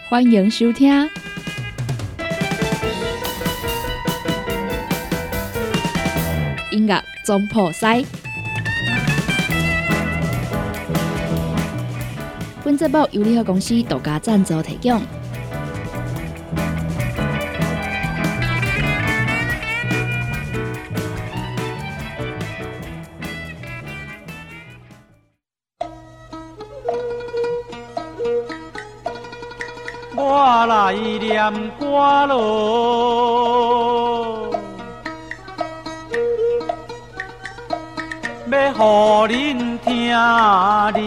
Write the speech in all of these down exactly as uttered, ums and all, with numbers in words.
欢迎收听。音乐总铺师，本节目由联合公司独家赞助提供。 我来念歌咯，要互恁听哩，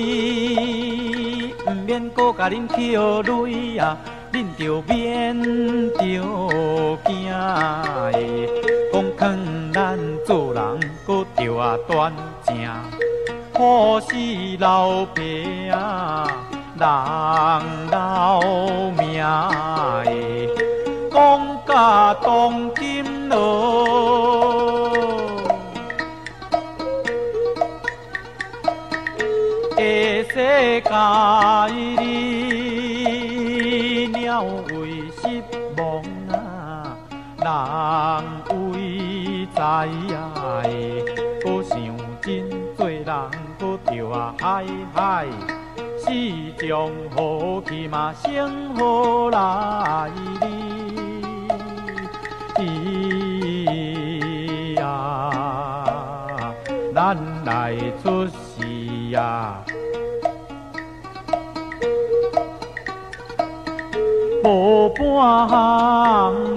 毋免搁甲恁捡泪啊，恁着免着惊的，讲劝咱做人搁着啊端正，好死老爸啊！人老命的，讲甲当今咯，下世界里鸟为失望啊，人为知影的，搁想真做人搁着啊海海。是将好去嘛，先好来哩，咿呀，咱来出世呀，无半项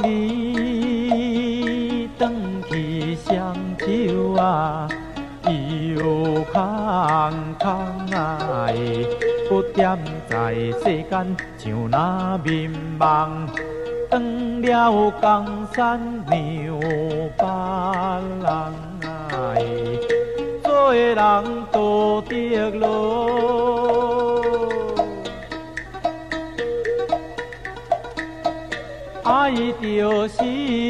哩，转去双手啊，又空空啊的。不点在世间像那迷茫，当了江山让别人爱，做人道德路，爱着修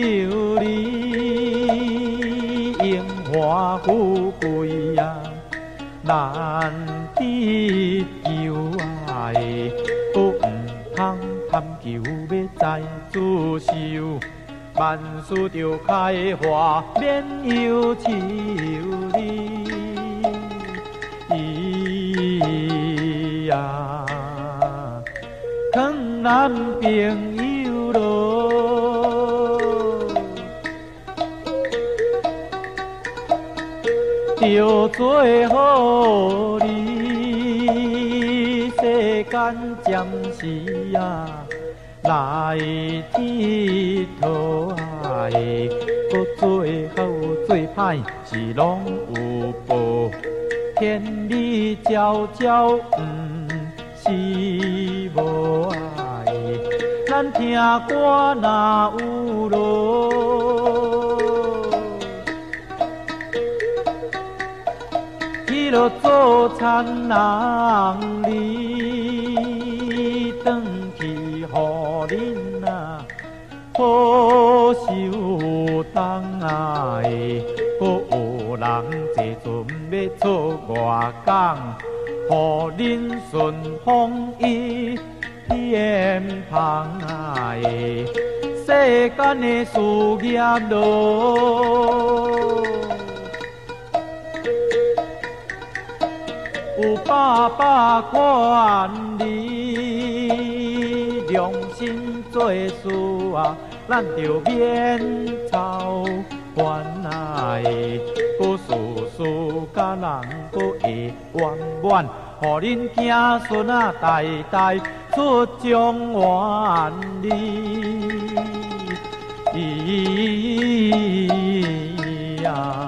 理荣华富贵啊，难得求爱，搁毋通贪求要再自受，万事着开花，免忧愁哩，咿呀，劝咱朋友咯。着做好哩，世间暂时啊，来佚佗啊的，搁做好做歹是拢有报，天理昭昭，毋是无爱，咱听歌哪有咯？着做田人哩，转去互恁啊好受当啊的，搁有人坐船要出外港，互恁顺风一片旁啊的，世间的事业咯。有百百款哩，良心做事啊，咱着免操烦恼的，搁事事甲人搁会圆满，互恁子孙啊代代出状元哩，咿呀。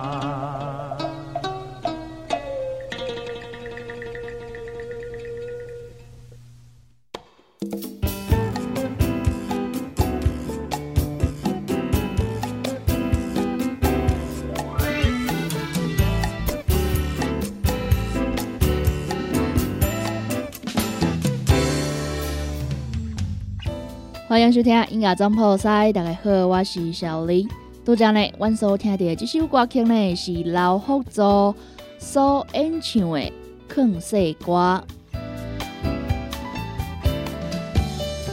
欢迎收听音乐总铺师，大家好，我是小黎。拄则呢，阮所听到的这首歌曲呢，是刘福祖所演唱的《劝世歌》。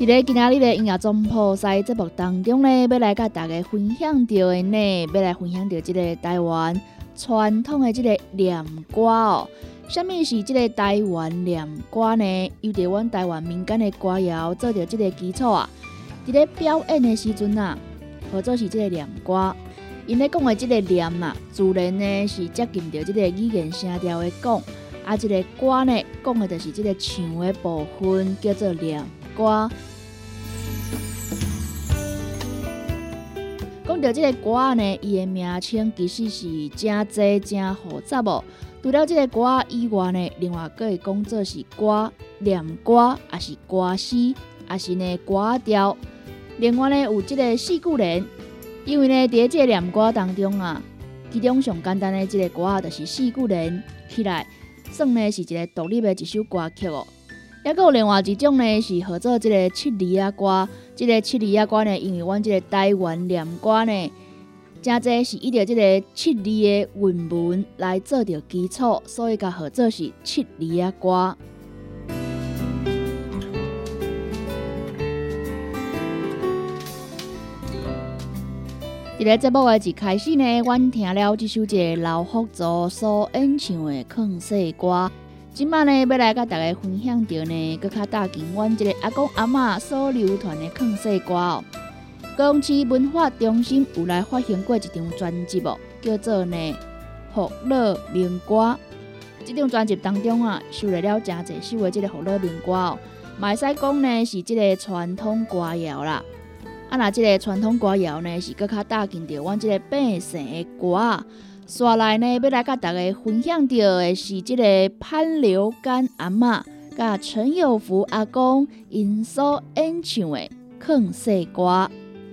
咧今仔日的音乐总铺赛节目当中呢，要来甲大家分享到的呢，要来分享到即个台湾传统的即个念歌哦。什么是即个台湾念歌呢？由着阮台湾民间的歌谣做着即个基础啊，伫咧表演的时阵啊，或者是即个念歌。因咧讲的即个念啊，自然呢是接近着即个语言声调的讲，啊，即个歌呢讲的就是即个唱的部分，叫做念歌。讲到即个歌呢，伊的名称其实是真济真复杂哦。除了即个歌以外呢，另外佫会讲做是歌、念歌，也是歌诗，也是呢歌调。另外呢，有即个四句联，因为呢，伫咧即个念歌当中啊，其中上简单的即个歌啊，就是四句联起来，算呢是一个独立的一首歌曲哦。也佫有另外一种呢，是号做即个七字仔歌。即个七字仔歌呢，因为阮即个台湾念歌呢，真济是依着即个七字的韵文来做着基础，所以甲号做是七字仔歌。伫咧节目的一开始呢，阮听了这首一个老福族所演唱的劝世歌。今摆呢，要来甲大家分享到呢，搁较搭近阮即个阿公阿嬷所流传的劝世歌哦。高雄市文化中心有来发行过一张专辑哦，叫做呢《福乐民歌》。这张专辑当中啊，收录了真侪首的即个福乐民歌哦，嘛会使讲呢是即个传统歌谣啦。啊，若即个传统歌谣呢，是搁较搭近着阮即个百姓的歌啊。刷来呢，要来甲大家分享到的是即个潘刘干阿嬷甲陈有福阿公因所演唱的劝世歌。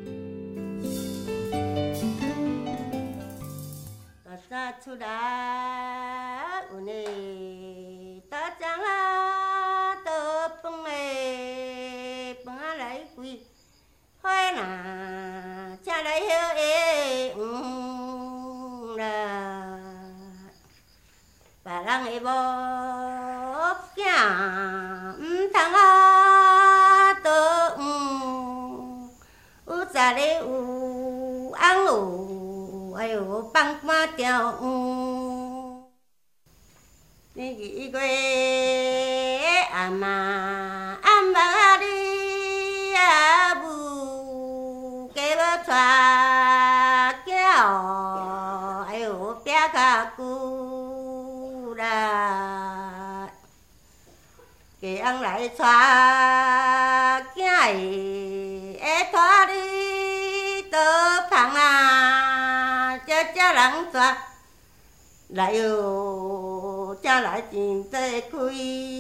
大山出来，有呢，大江啊，倒饭的饭啊来归，花呐，请来后的嗯。别人的某囝，毋通啊倒黄，有早咧有翁有，哎哟放半条黄。年二月阿嬷暗梦啊你啊母，加要带囝哦，哎哟拼较久。家翁来带囝的，会带你倒芳啊？这这人带来哟，这来真多开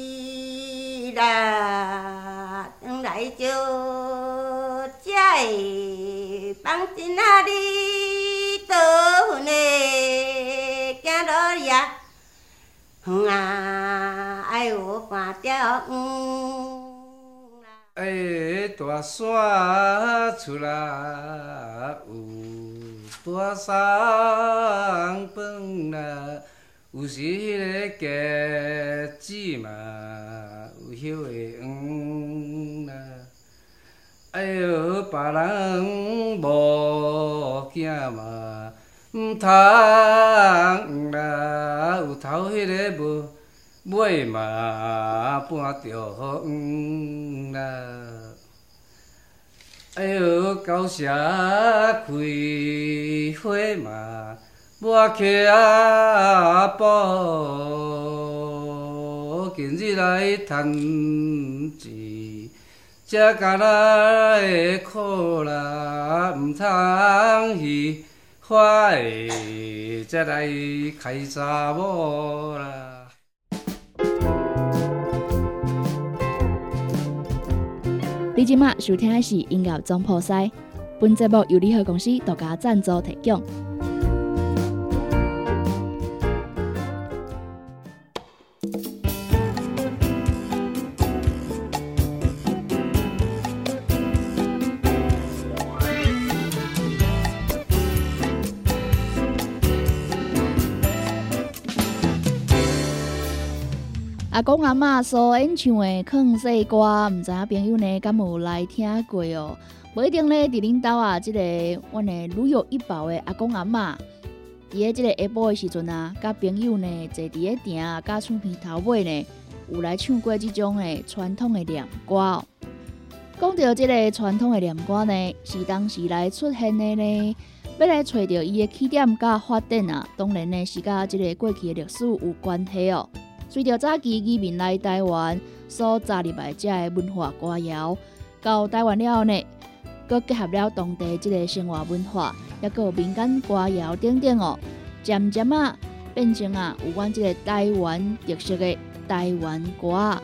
啦，来就这的放真啊你倒份的囝落呀。远啊，爱有半条远。 哎，大山出来有大送饭啦，有时迄个鸡子嘛有叶的黄啦。哎哟，别人无囝嘛。毋通啦，有头迄个无尾嘛，半着黄啦。哎哟，狗舍开花嘛，抹客啊布，今日来趁钱，才干那会苦啦，毋通去。花的才来开查某啦。 你即马收听的是音乐总铺西，本节目由联合公司独家赞助提供。 阿公阿嬷所演唱的劝世歌，毋知影朋友呢敢有来听过哦？无一定咧，伫恁兜啊，即、这个阮的如有一宝的阿公阿嬷，伫个即个下晡的时阵啊，甲朋友呢坐伫个埕啊，甲厝边头尾呢，有来唱过即种的传统的念歌哦。讲到即个传统的念歌呢，是当时来出现的呢，要来找到伊的起点甲发展啊，当然呢是甲即个过去的历史有关系哦。随着早期移民来台湾所扎入来遮的文化歌谣，到台湾了后呢，佮结合了当地即个生活文化，也佮有民间歌谣等等哦，渐渐啊变成啊有阮即个台湾特色的台湾歌。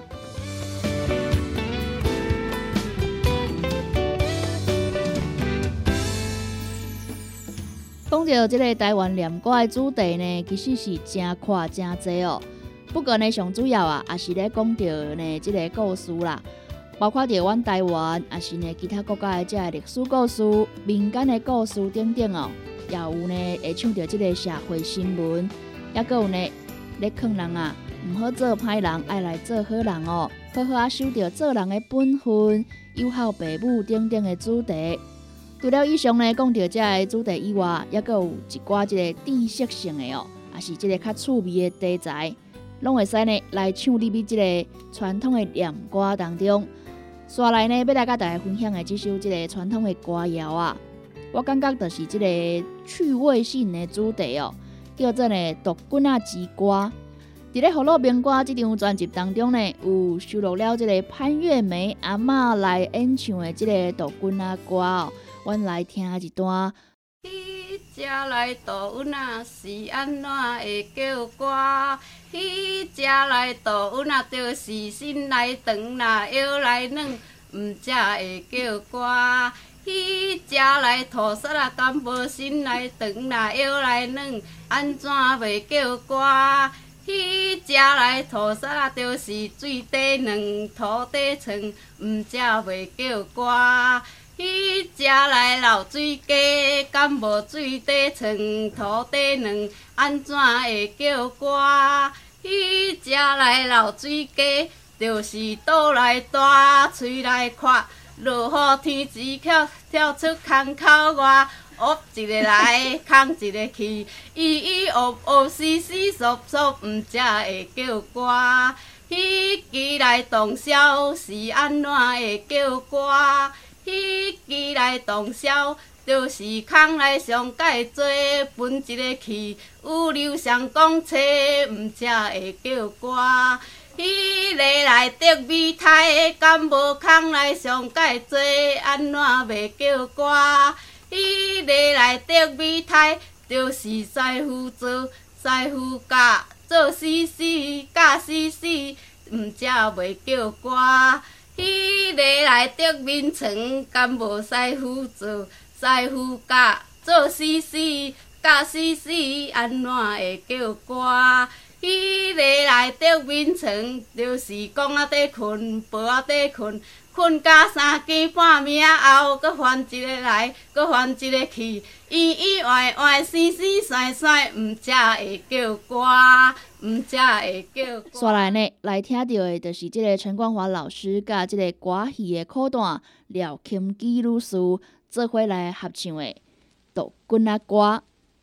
讲到即个台湾念歌的主题呢，其实是真宽真济哦。不过呢，上主要啊，也是咧讲到呢即个故事啦，包括着阮台湾，也是呢其他国家的即个历史故事、民间的故事等等哦。也有呢会唱到即个社会新闻，也佮有呢咧劝人啊，毋好做歹人，爱来做好人哦，好好啊守着做人的本分，友好父母等等的主题。除了以上呢讲到这个主题以外，也佮有一寡即个知识性的哦，也是即个较趣味的题材。拢会使呢来唱入去即个传统的念歌当中。刷来呢，要来甲大家分享的这首即个传统的歌谣啊，我感觉就是即个趣味性的主题哦，叫做呢杜鹃仔之歌。伫咧《葫芦民歌》这张专辑当中呢，有收录了即个潘月梅阿嬷来演唱的即个杜鹃仔歌哦，阮来听一段。 迄只来杜鹃仔是安怎会叫歌？迄只来杜鹃仔就是心来长啦，腰来软，毋才会叫歌。迄只来土沙啦，敢无心来长啦，腰来软，安怎袂叫歌？迄只来土沙啦，就是水底软，土底床，毋才袂叫歌。迄只来流水鸡，敢无水底床，土底软，安怎会叫歌？迄只来流水鸡，就是倒来大，喙来闊，落雨天只跳跳出空口外，学一个来，空一个去，咿咿喔喔，嘶嘶嗦嗦，毋才会叫歌。迄支来动箫是安怎会叫歌？迄支来动箫，就是空来上界做，分一个气，有流上讲车，毋才会叫歌。迄个来得米胎，敢无空来上界做，安怎袂叫歌？迄个来得米胎，就是师傅做，师傅教做死死，教死死，毋才袂叫歌。迄个来得眠床，敢无师傅做，师傅教做死死，教死死，安怎会叫歌？迄个来得眠床，就是讲啊底困，抱啊底困，困甲三更半暝后，搁翻一个来，搁翻一个去，咿咿歪歪，嘶嘶甩甩，毋才会叫歌。毋才会叫歌。 刷来呢，来听到的就是这个陈冠华老师甲这个歌戏的口段廖钦基女士做伙来合唱的《杜鹃仔歌》。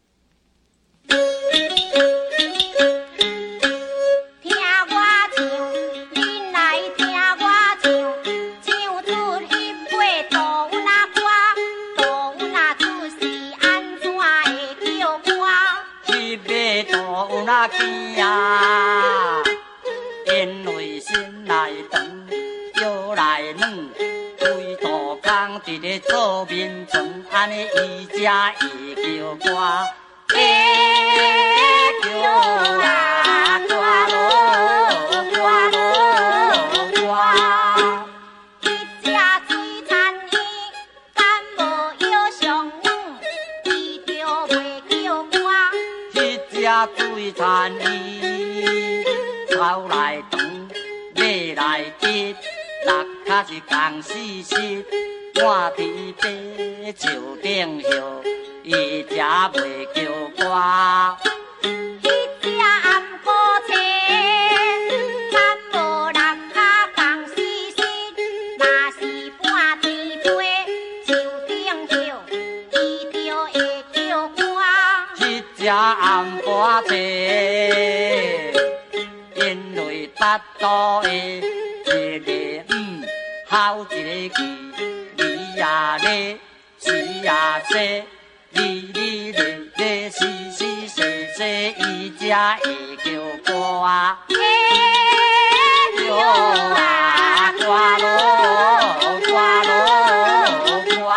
那见啊，因为心来长，腰来软，规肚空伫咧做眠床，安尼伊才会叫歌，会叫啊歌咯歌咯歌。一只水田鱼，敢无腰上软，伊就袂叫歌。一只水田鱼，草来长，马来直，六脚是共四实，满地白树顶叶，伊才袂叫歌。迄只暗古青，敢食红花菜，因为巴肚的一个嗯，好一个字，你呀咧，是呀说，你你咧咧，是是说说，伊才会叫歌。哟啊，歌咯，歌咯，歌。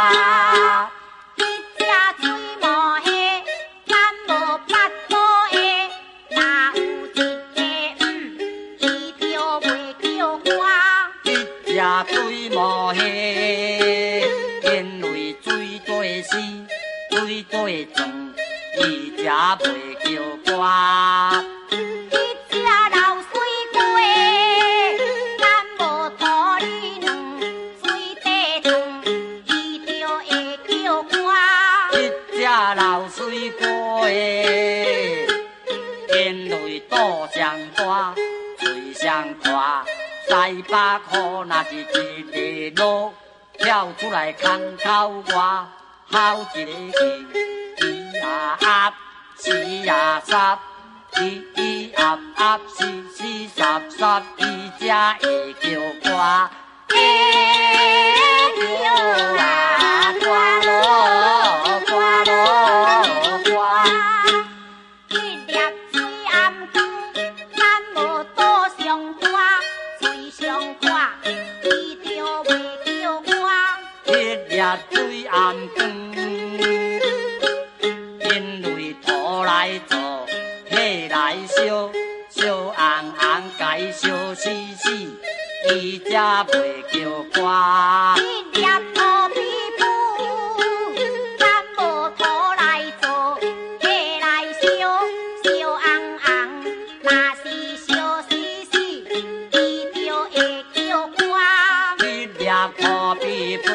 水无黑，因为水多死，水多脏，伊才袂叫歌。 你只流水过，咱无土里软，水地长，伊就会叫歌。 你只流水过，因为肚上大，嘴上宽。西北雨若是一个落，跳出来空口外，好一个字，咿呀呀，是呀霎，咿咿呀呀，是是霎霎，伊才会叫歌。哎呦啊，歌咯，歌咯，歌。水暗光，因为土来做，火来烧，烧红红，该烧死死，伊才袂叫歌。 你捏土皮布，咱无土来做，火来烧，烧红红，若是烧死死，伊就会叫歌。 你捏土皮布。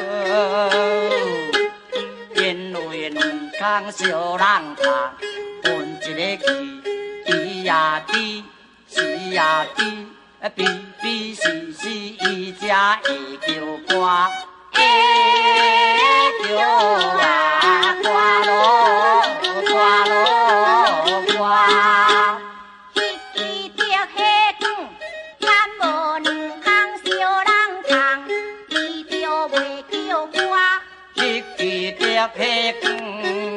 人小人谈，分一个字，咿呀滴，是呀滴，比比是是，伊才会叫歌。哎呦啊，歌咯，歌咯，歌。 迄支竹虾卷，咱无两空小人谈，伊就袂叫歌。 迄支竹虾卷。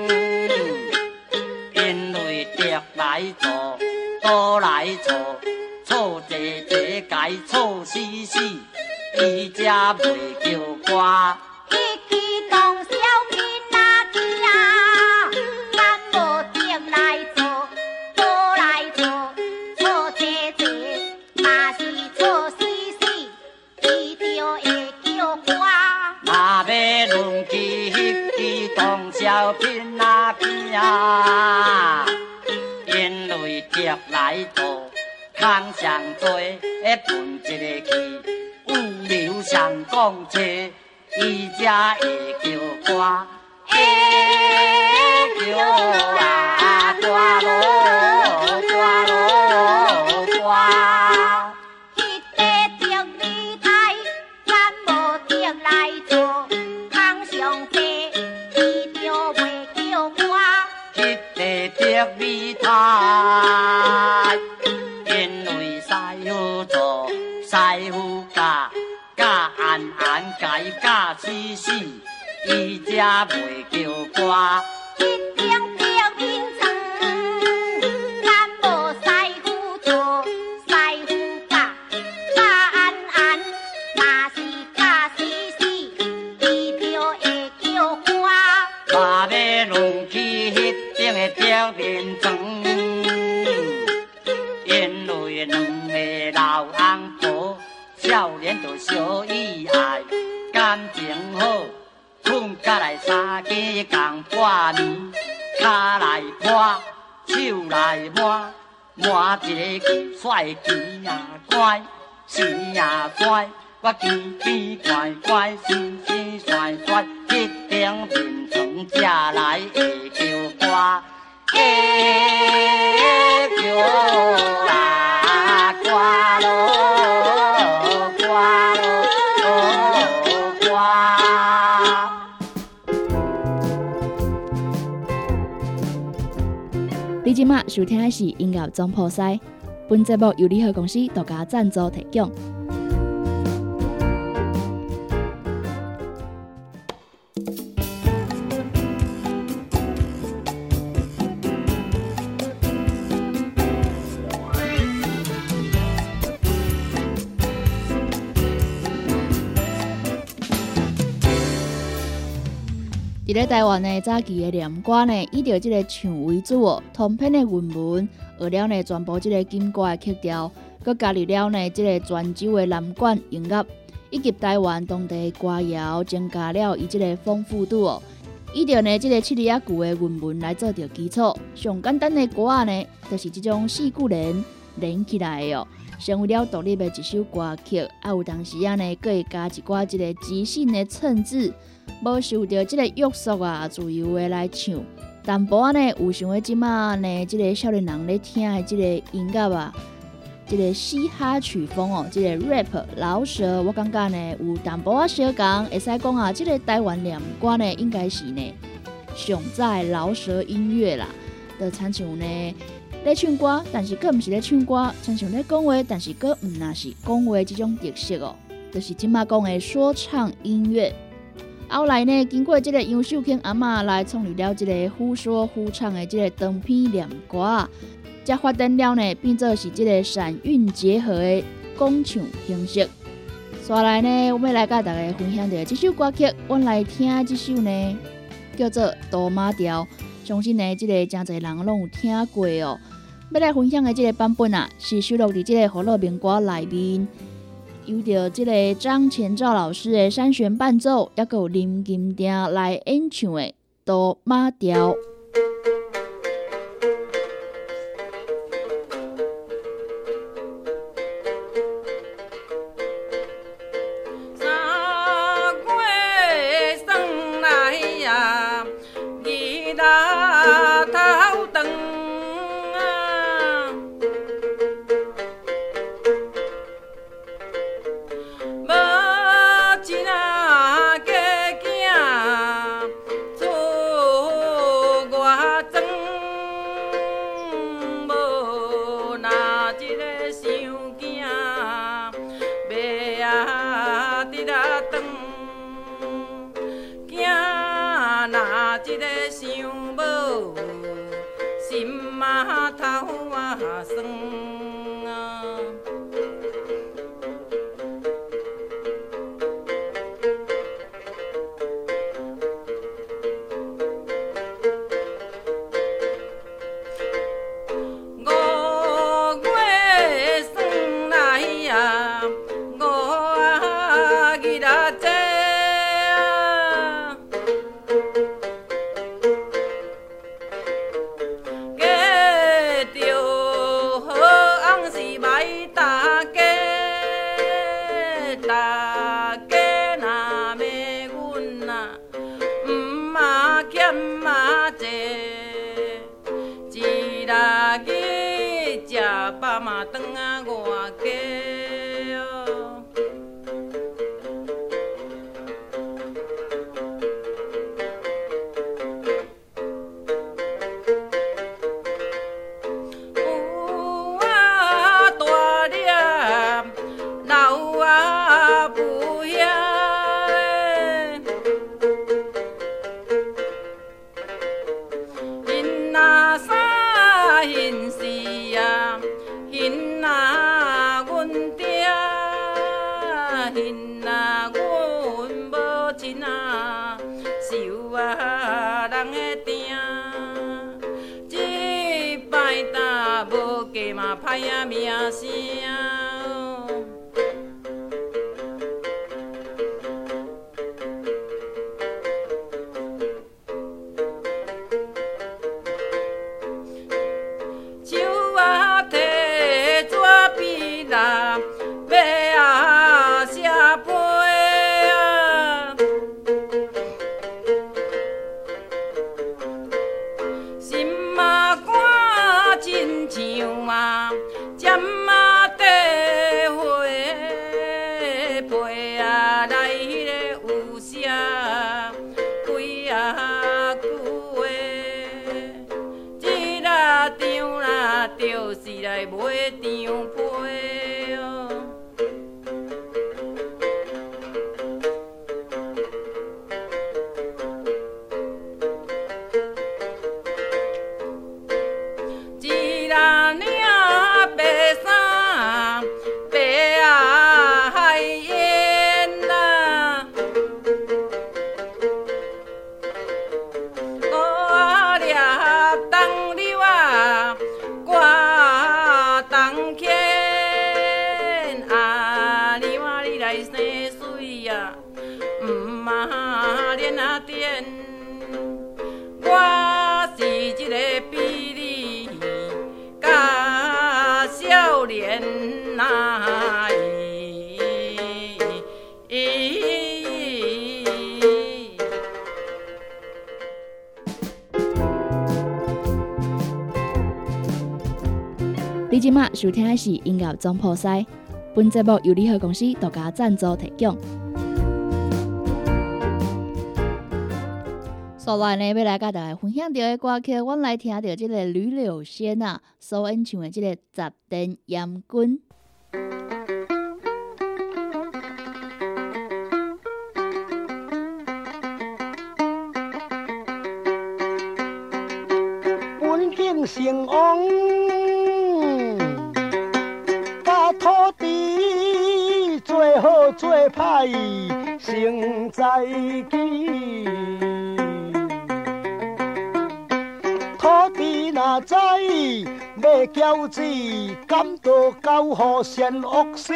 来做，倒来做，错济济该错死死，伊才袂叫歌。 一支当小囡仔囝，咱无竹来做，倒来做，错济济，若是错死死，伊就会叫歌。 若要论起迄支当小囡仔囝。因为竹来做，空上多，分一个字，有流上讲车，伊才会叫歌。哎呦啊，歌咯，歌咯，歌。 迄块竹米台，咱无竹来做，空上多，伊就袂叫歌。 迄块竹米台，因为师傅做，师傅教，教暗暗，甲伊教死死，伊才袂叫歌。 一顶竹面床，咱无师傅做，师傅教，教暗暗，若是教死死，伊就会叫歌。 若要论起迄顶的竹面床。两个老翁婆，少年就相依爱，感情好，困甲来三更共半暝，骹来拖，手来摸，摸一个帅钱呀乖，钱呀拽，我奇奇怪怪，神神帅帅，一顶面床才来会叫歌，哎叫啦。歌咯，歌咯，歌。 你即马收听的是音乐总铺师，本节目由联合公司独家赞助提供。伫咧台湾呢，早期的念歌呢，以着即个唱为主哦，通篇的韵文，学了呢全部即个金歌的曲调，佮加入了呢即个泉州的南管音乐，以及台湾当地的歌谣，增加了伊即个丰富度哦。以着呢即个七字仔句的韵文来做着基础，上简单的歌仔呢，就是即种四句连连起来的哦，成为了独立的一首歌曲。啊，有当时啊呢，佮会加一寡即个即兴的衬字。无受到即个约束啊，自由的来唱。淡薄仔呢，有想要即马呢，即个少年人咧听的即个音乐啊，即个嘻哈曲风哦，即个 rap 饶舌，我感觉呢有淡薄仔小共，会使讲啊，即个台湾念歌呢，应该是呢上早饶舌音乐啦，就亲像呢咧唱歌，但是佫毋是咧唱歌，亲像咧讲话，但是佫毋若是讲话即种特色哦，就是即马讲的说唱音乐。后来呢，经过这个杨秀卿阿嬷来创立了这个胡说胡唱的这个长篇念歌，才发展了呢，变做是这个闪韵结合的讲唱形式。接下来呢，我们来甲大家分享的这首歌曲，我来听这首呢，叫做《杜马调》。相信呢，这个真侪人拢有听过哦。要来分享的这个版本啊，是收录伫这个《火乐民歌》内面。由着即个张前兆老师的三弦伴奏，也有林金鼎来演唱的《杜马调》。 几啊句话，一啊，就是来买张被哦。一拉领白衫，白啊海烟呐。我掠东柳啊，我东牵啊，你我你来生水啊，毋嘛恋啊恋，我是一个比你甲少年呐。 你即马收听的是音乐总铺师，本节目由联合公司独家赞助提供。所来呢，要来甲大家分享到的歌曲，阮来听到即个吕柳仙啊所演唱的即个《十殿阎君》。 本境成王。土地做好做歹，成在己。土地若知要骄子，感到交予善恶死。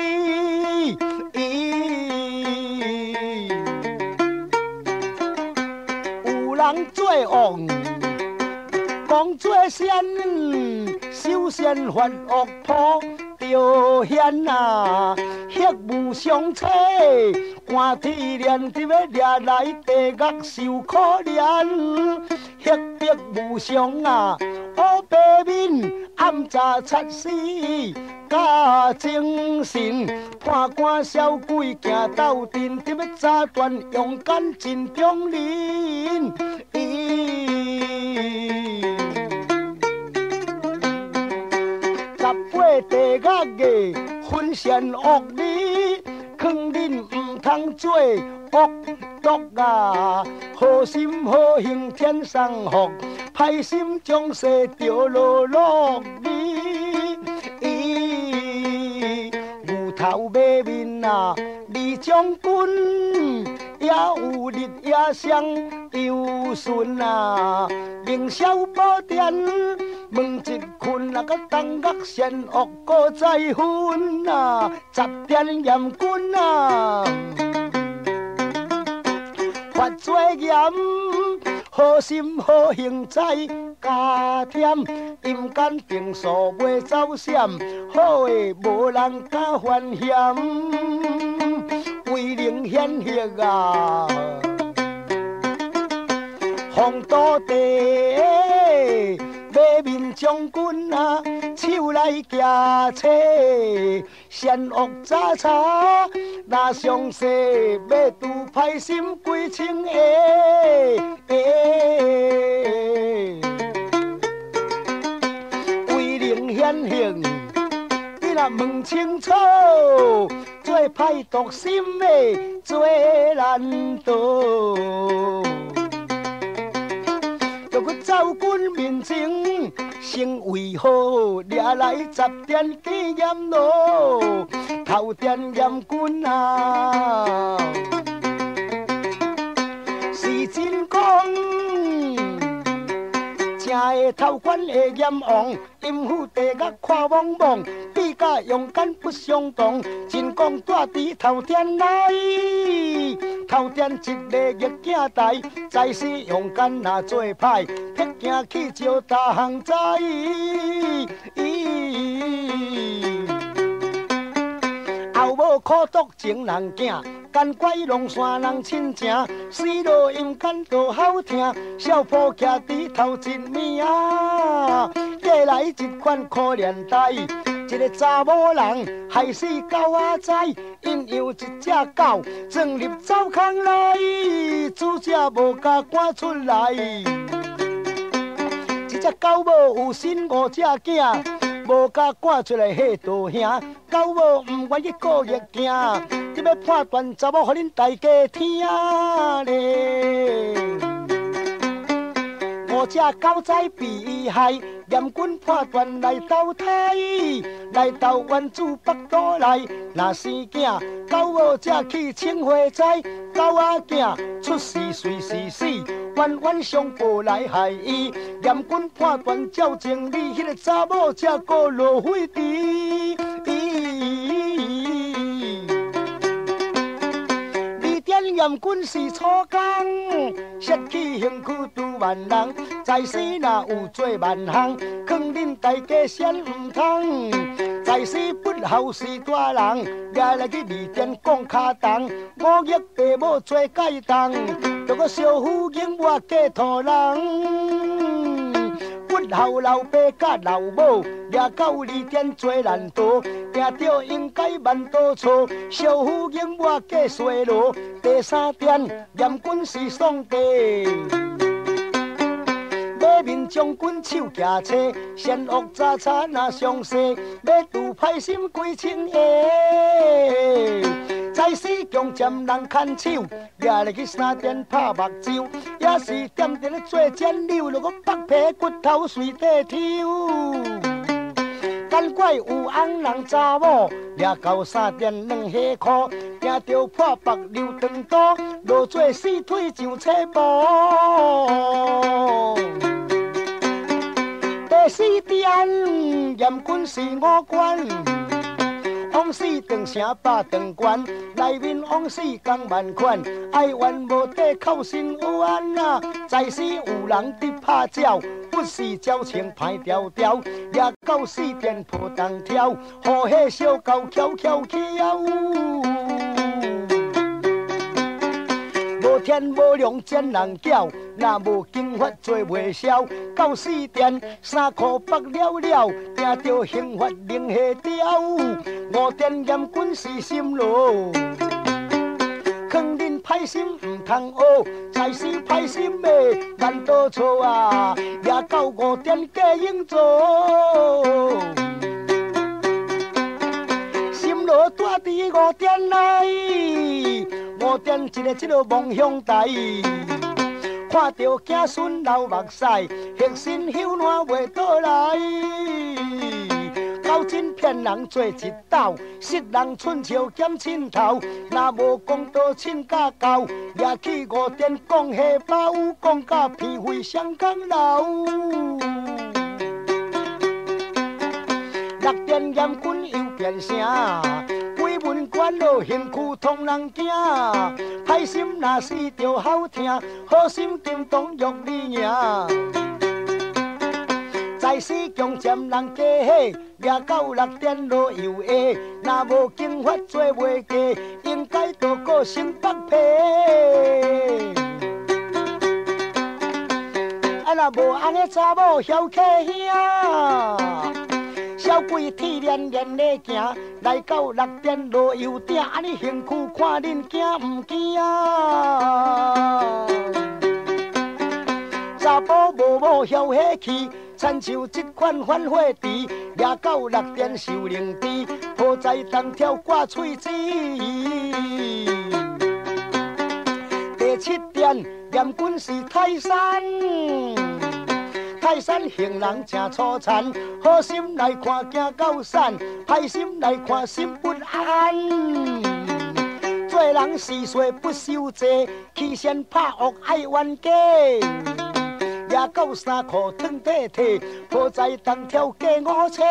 有人做王，讲做善，修善还恶破。着险啊，血无相扯，寒天连直要掠来地狱受可怜。血逼无常啊，乌白面暗早惨死，假精神判官小鬼行斗阵，直要炸断勇敢真中人。地狱的分善恶理，劝恁唔通做恶毒啊！好心好行天上福，歹心将世着落落里。牛头马面啊，李将军也有日也相有顺啊，凌霄宝殿。问一困那个东岳善恶各再分啊，十殿阎君啊，发罪严，好心好行在加添，阴间定数袂走闪，好的无人敢犯险，威灵显赫啊，皇都地。马面将军啊，手来夹车，善恶查查，若详细要拄歹心归清下。威灵显赫，你若问清楚，做歹毒心的做难道？走军面前，成为好掠来十殿纪阎罗，头殿阎君啊，是真讲，正的头管的阎王，阴府地狱看茫茫，比甲勇敢不相同，真讲带伫头殿来。头殿一个逆境台，在世勇敢若做歹，撇行去招大项灾。后母苦毒情人囝，干怪龙山人亲情，水落阴间都好听，少妇徛伫头一面啊，过来一款可怜呆。一个查某人害死狗仔仔，因有一只狗钻入灶坑内，主者无甲赶出来。一只狗母有生五只囝，无甲赶出来迄道兄。狗母毋愿意顾逆行，你要判断查某，互恁大家听咧。五只狗仔被伊害，严军判断来投胎，来到原主北岛内。若生囝，狗母才去请花斋，狗仔囝出事随时死，冤冤相报来害伊。严军判断照情理，迄个查某才过落灰池。严军是初工，失去兴趣拄万人，在世若有做万项，劝恁大家先唔通。在世不孝是大人，也来去二店讲卡重，五岳爸母做解冻，着个小夫人我嫁土人。不孝老爸甲老母，掠到二店做难道，定着应该万多错。小夫人我嫁衰落，第三店严军是上帝。马面将军手举车，仙恶查查那详细，要拄歹心几千个。在世强占人牵手，掠来去三店拍目睭，也是点点咧做剪柳，落个北皮骨头随地抽。难怪有翁人查某掠到三店两下裤，惊着破腹流肠刀，落做四腿上车步。第四店严军是五关。往事长城百长关，内面往事共万款，哀怨无底靠心冤啊！在世有人伫拍照，不是交情歹条条，也到四店破东跳，互迄小狗翘翘翘。无天无量捡人脚，若无经法做袂消。到四店衫裤剥了了，定着刑法另下条。五店严军是心路，劝恁歹心唔通学，才是歹心的难多错啊！也到五店假应做。心路住伫五店内，五店一个一个望向台，看着子孙流目屎，血身休烂袂倒来。狗真骗人做一道，识人寸笑减凊头。若无公道凊甲狗，也去五店讲下包，讲甲屁肺相共流。六店严军又变声，鬼门关落刑区通人惊。歹心若是着好听，好心叮当约你赢。在世强占人家伙，掠到六点落油下，若无经法做袂过，应该多个成北皮。啊，若无安尼查某晓客兄，小鬼铁连连咧行，来到六点落油顶，安尼刑区看恁惊唔惊？查甫无某晓下去。亲像这款反火池，掠到六点受灵池，抱在当跳挂喙齿。第七点严军是泰山，泰山行人真粗残，好心来看惊到散，歹心来看心不安。做人是岁不守节，起先拍恶爱冤家。掠到衫裤脱体体，抱在当跳过五车。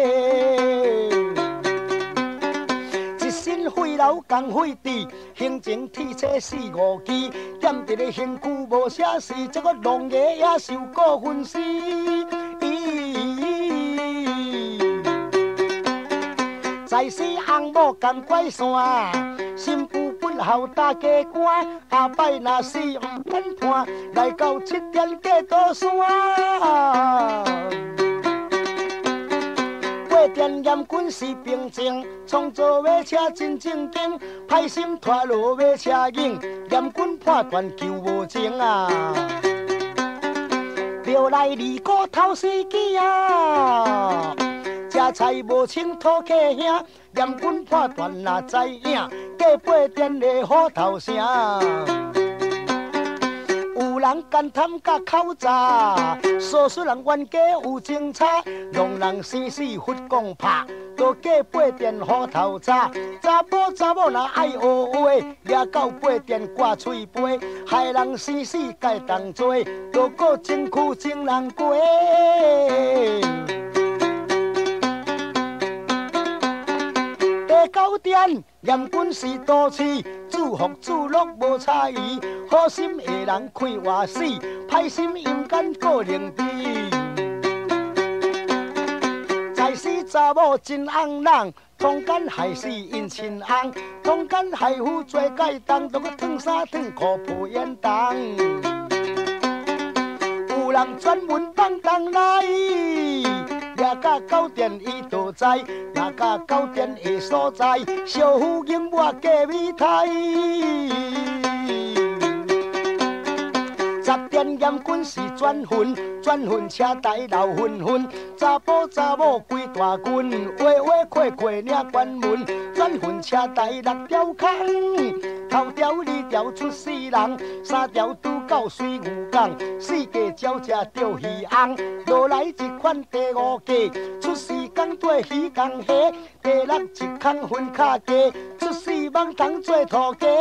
一身废老共废地，行前铁车四五支，点伫咧刑区无写事，这个龙爷也受过分死。在世翁某共拐线，新妇不孝大家官，下摆若是唔肯判，来到七点过倒山。八点严军是平静，创造马车真正经，歹心拖落马车硬，严军判断救无情啊！着来二个头生囝啊！食菜无清土客兄，念阮判断若知影，过八点的虎头城。有人干贪甲口诈，少数人冤家有情差，弄人生死佛讲拍，都过八点虎头查。查甫查某若爱学话，掠到八点挂嘴杯，害人生死该当做，都过真苦真难过。第九点，严君是都市，祝福祝乐无差异。好心的人看活死，歹心阴间过灵智。在世查某真翁人，通奸害死因亲翁，通奸害夫做改当，都去脱衫脱裤抱烟筒。有人专门放东来。掠到九点伊就知，掠到九点的所在，小夫引我过米台。十点严君是转魂，转魂车台闹混混，查甫查某规大群，话话快快领关门，转魂车台六条空。头条、二条出世人，三条拄到水牛港，四家鸟食钓鱼翁，落来一款第五家，出世讲做鱼公虾，第六一空分卡家，出世网通做土家。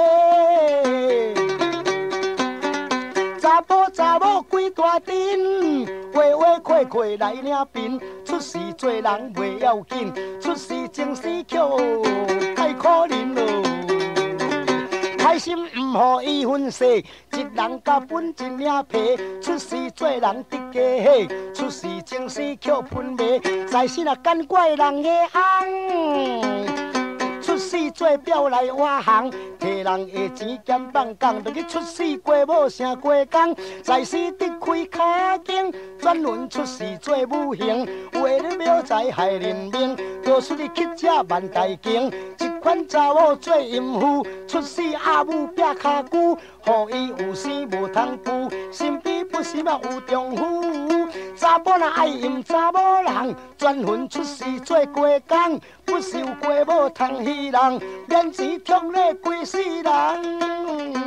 查甫查某规大阵，话话快快来领兵，出世做人袂要紧，出世情死巧，太可怜咯。开心唔互伊分析，一人甲本一领皮，出世做人得加喜，出世情死扣喷麦，在世若干怪人的翁，出世做表来换行，摕人的钱兼放工，就去出世过某成过工，在世得开卡经，转轮出世做武行，为了庙财害人命，多出去乞食万大经。款查某做淫妇，出世阿母劈骹骨，予伊有生无通负，身边不时嘛有丈夫。查甫若爱淫查某人，专魂出世做过工，不受过某通戏人，免钱痛咧规世人。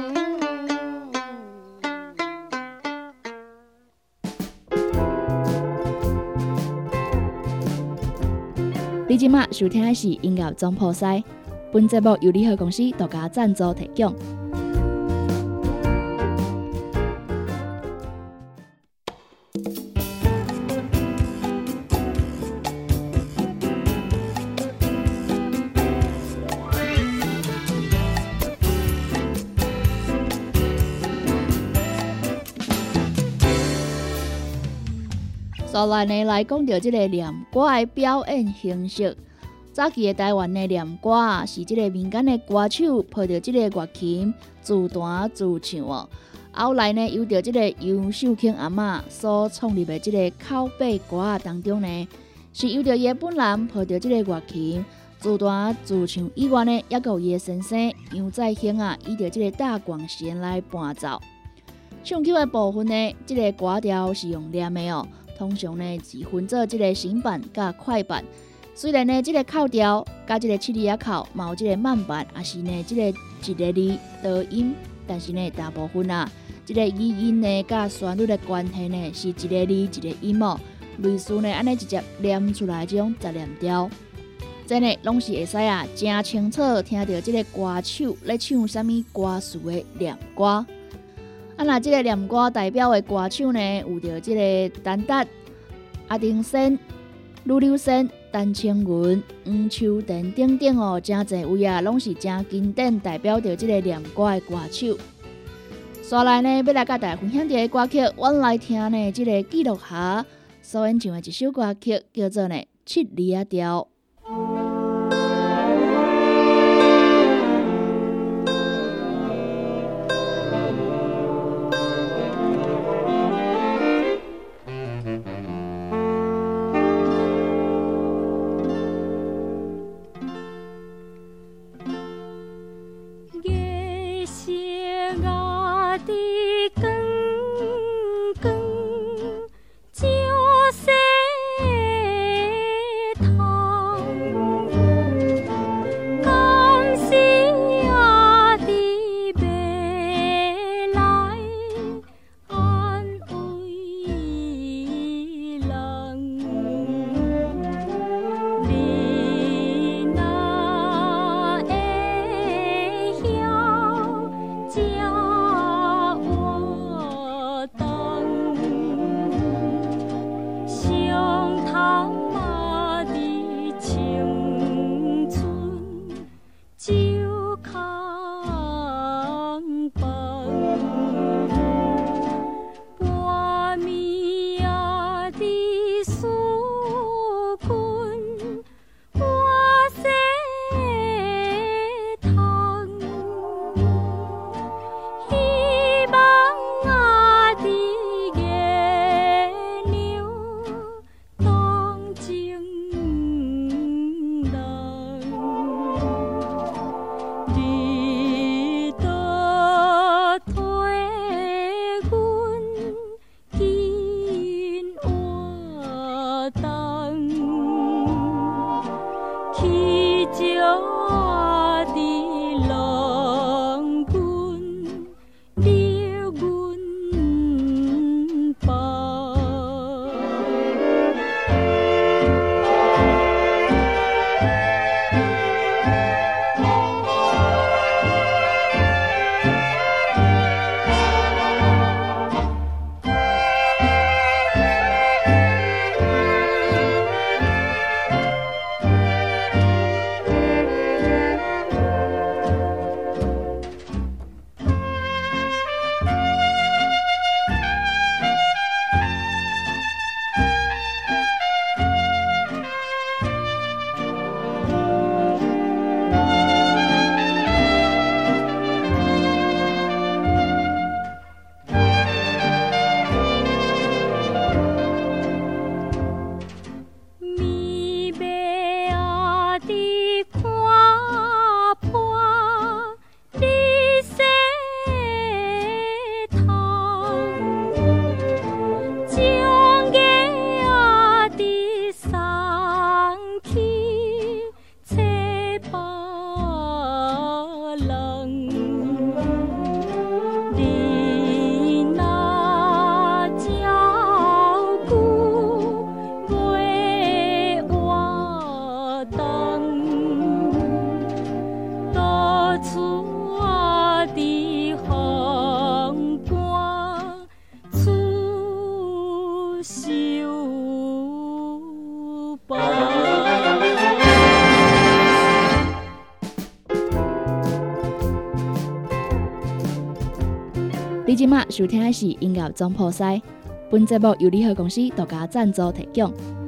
你即马收听的是音乐总铺西。本节目由联合公司独家赞助提供。所来呢，来讲到这个念歌的表演形式。早期的台湾的念歌啊，是即个民间的歌手抱着即个乐琴自弹自唱哦。后来呢，由着即个杨秀卿阿嬷所创立的即个口碑歌啊当中呢，是由着伊本人抱着即个乐琴自弹自唱以外呢，也有伊的先生杨再兴啊，以着即个大广弦来伴奏。唱腔的部分呢，即个歌调是用念的哦，通常呢是分做即个行板甲快板。虽然呢，这个口调加这个七字口，嘛有这个慢板，也是呢，这个一个字多音，但是呢，大部分啊，这个语音呢，甲旋律的关系呢，是一个字一个音哦，类似呢，安尼直接念出来这种杂念调，这呢，拢是会使啊，真清楚听到这个歌手咧唱啥物歌词的念歌。啊，那这个念歌代表的歌手呢，有着这个陈达、阿丁sen、吕柳sen、陈清云、黄秋田等等哦，真侪位啊，拢是真经典，代表着即个念歌的歌手。接来呢，要来甲大家分享一个歌曲，阮来听呢，即个记录下所演唱的一首歌曲，叫做呢《七里仔调》。 修补。 你即马收听的是音乐总铺师，本节目由联合公司独家赞助提供。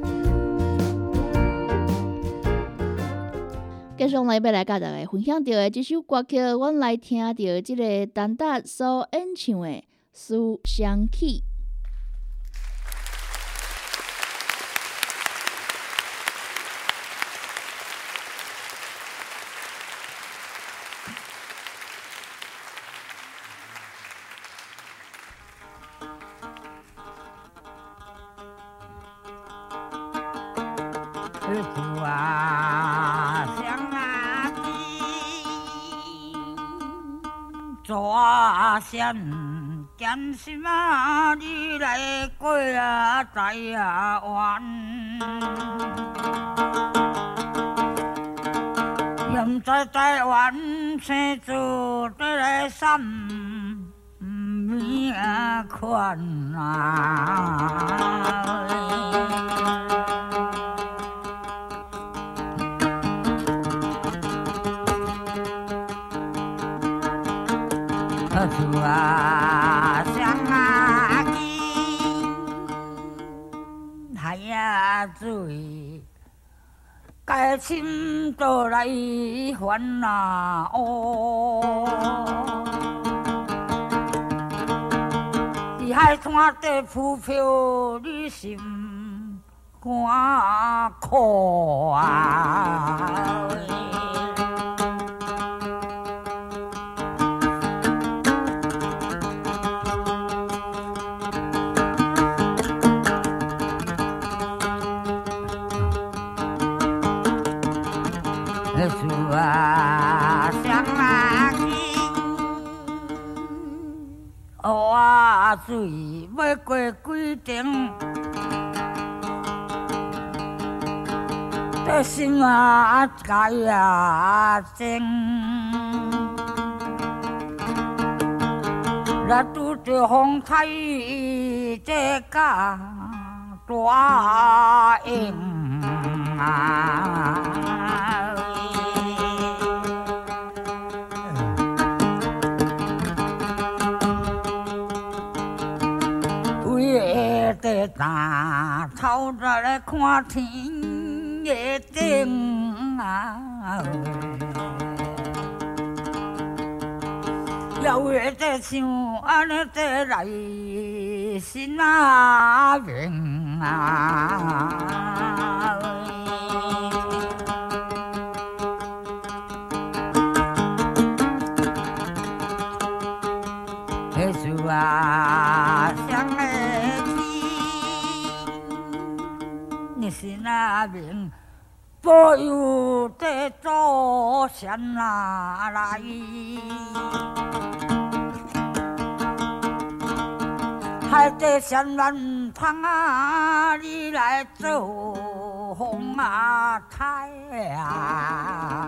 接下来要来甲大家分享到的这首歌曲，阮来听到这个陈达所演唱的《思乡曲》。 啊，乡啊抓线艰辛啊，你来过啊，在啊弯，现在在弯生做得来三米宽啊。啊，乡啊见海啊水，该心都来烦恼哦。伫海滩底浮漂，你心肝苦啊！啊，乡啊见河啊水，要过几程，这心啊该啊静，若拄着风台，这甲大影啊！在大头在来看天的顶啊，要为在想安尼在来心啊明啊。那时啊，想的你是那名保佑的祖先哪来？海底山峦塘啊，你来做风啊太啊！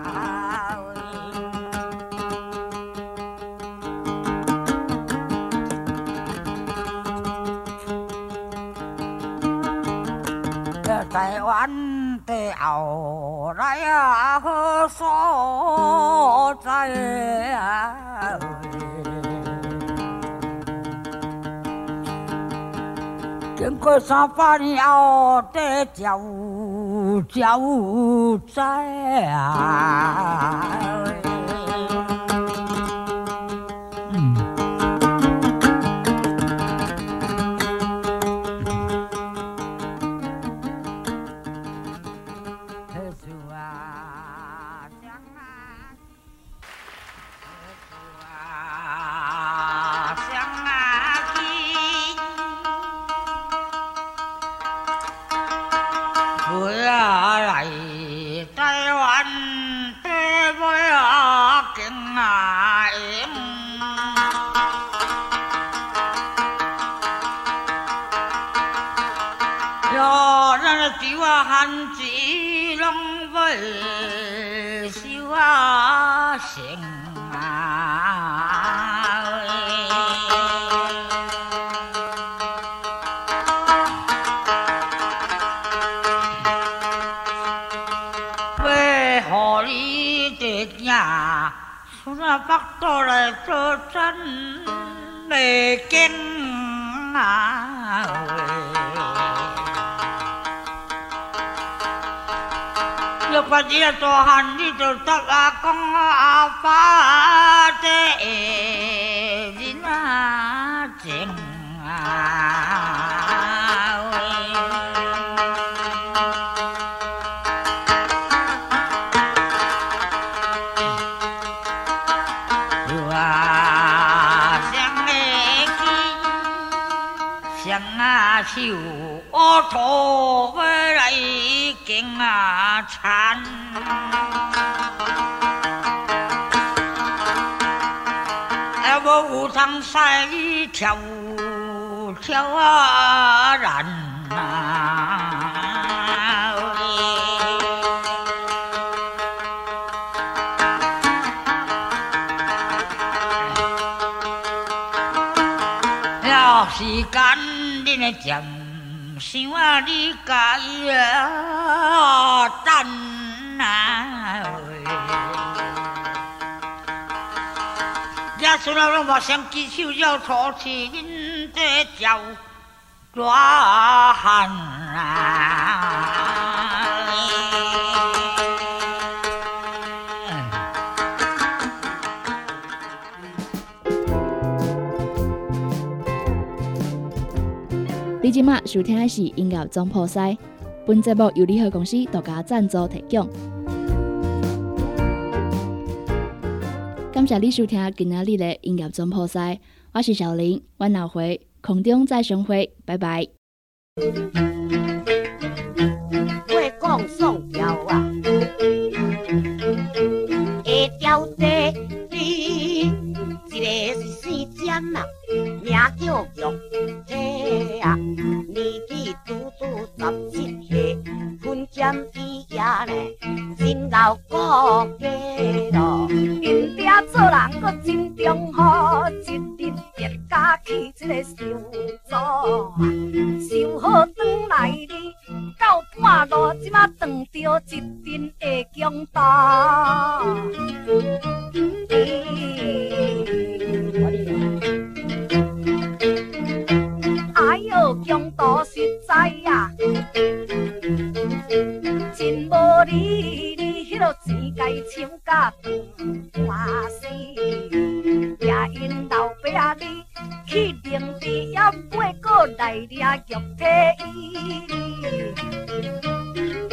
台湾的后来啊，好所在啊，经过三百年后的交交在啊。 村啊北倒来做阵的经啊喂，要把这大汉你就得啊讲啊发的人啊情啊喂。手乌土要来经啊缠，还无有通使跳跳啊然啊！了时间。渐想啊，你家己啊等啊，也算啊，拢嘛先举手要错是因这叫大汉啊。 你即马收听的是音乐总铺师，本节目由联合公司独家赞助提供。感谢你收听今仔日的音乐总铺师，我是小林，阮后回空中再相会，拜拜。 会讲宋调啊，会调地理，一个是四尖啊，名叫玉体啊，年纪拄拄十七岁，分尖伊也嘞，真老顾家咯。因爹做人阁真忠厚，一日别家去这个收租啊，收好转来哩，到半路即马撞着一阵的强盗。哎哟，强盗实在呀，真无理，你迄落钱该抢甲断死，也因老爸啊你去领地也买过来掠玉体伊，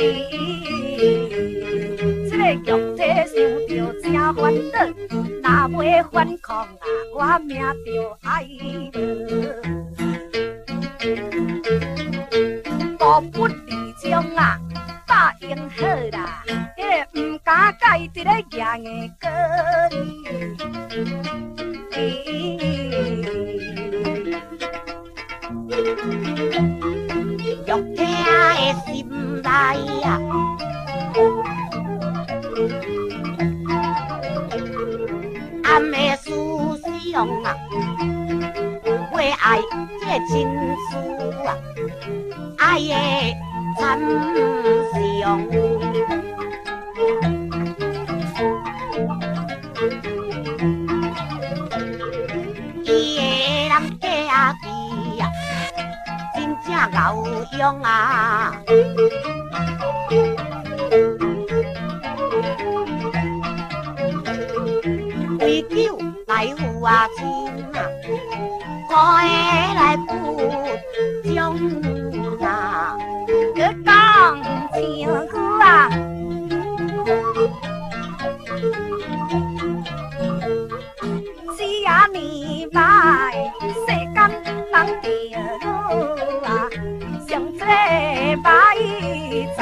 这个玉体想着真烦恼，若袂反抗啊，我命着哀乐。我不离中啊，答应好啦，迄个唔敢改伫咧硬的歌里。玉体的心内啊，暗的思想啊，为爱这情书啊。爱的惨相，伊的人家啊弟啊，真正牛用啊！为救来父啊亲啊，我的来不中。个讲情歌啊，四啊年来世间人着啊，上这歹在，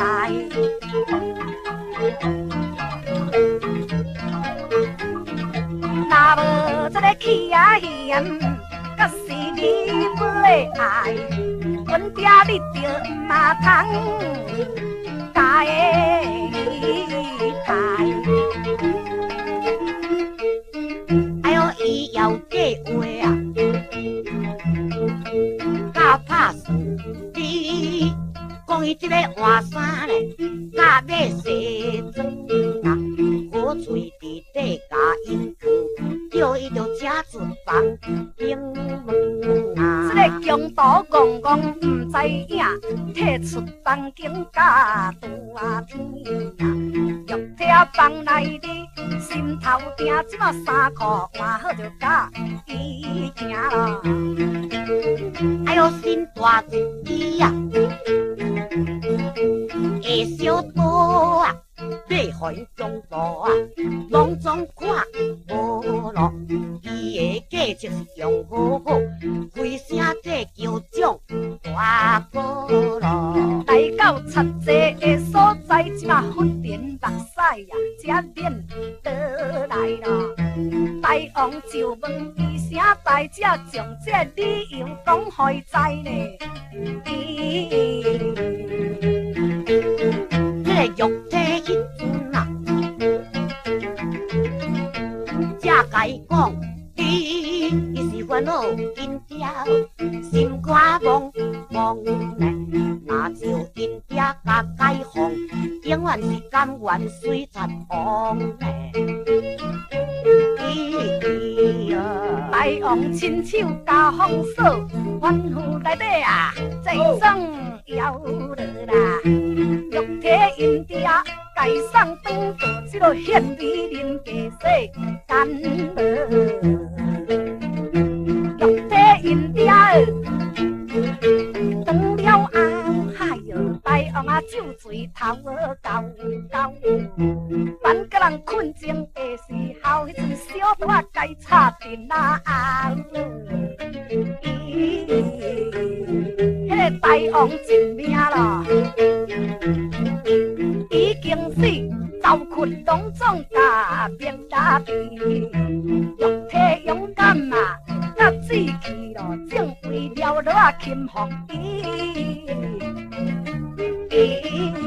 若无这个气啊嫌，可是你不会爱。阮爹你着毋嘛通家的太，哎呦伊要计划啊，甲拍输你讲伊这个换衫嘞，甲要西装啊，好喙伫底甲因去。 叫伊就车出房顶门啊！ 这个强盗戆戆唔知影，摕出房间甲大天啊！玉贴放来哩，心头定即马衫裤换好就甲伊行咯。 哎呦，心大一支呀，下小刀啊！被海中路啊，拢总看无落，伊的价值是用好好，开声这叫奖大哥咯。 来到贼济的所在，即马粉莲目屎呀，才免得来咯。大王就问伊啥代志，将这理由讲互伊知呢？ 这个玉体迄阵啊，才甲伊讲，伊伊是烦恼因爹，心肝茫茫嘞，那就因爹甲解放，永远是甘愿随贼王嘞。 大王亲手加封锁，官府内底啊，这桩要落啦。玉体因爹改送转到这个县美人家世干无。玉体因爹转了后，哎哟，大王啊，酒醉头儿高高，万个人困情的时候，迄阵小刀啊该插电啊后。迄个大王一命咯，已经死，遭困拢总甲变打地，玉体勇敢啊，甲志气咯，正为了落啊钦服伊。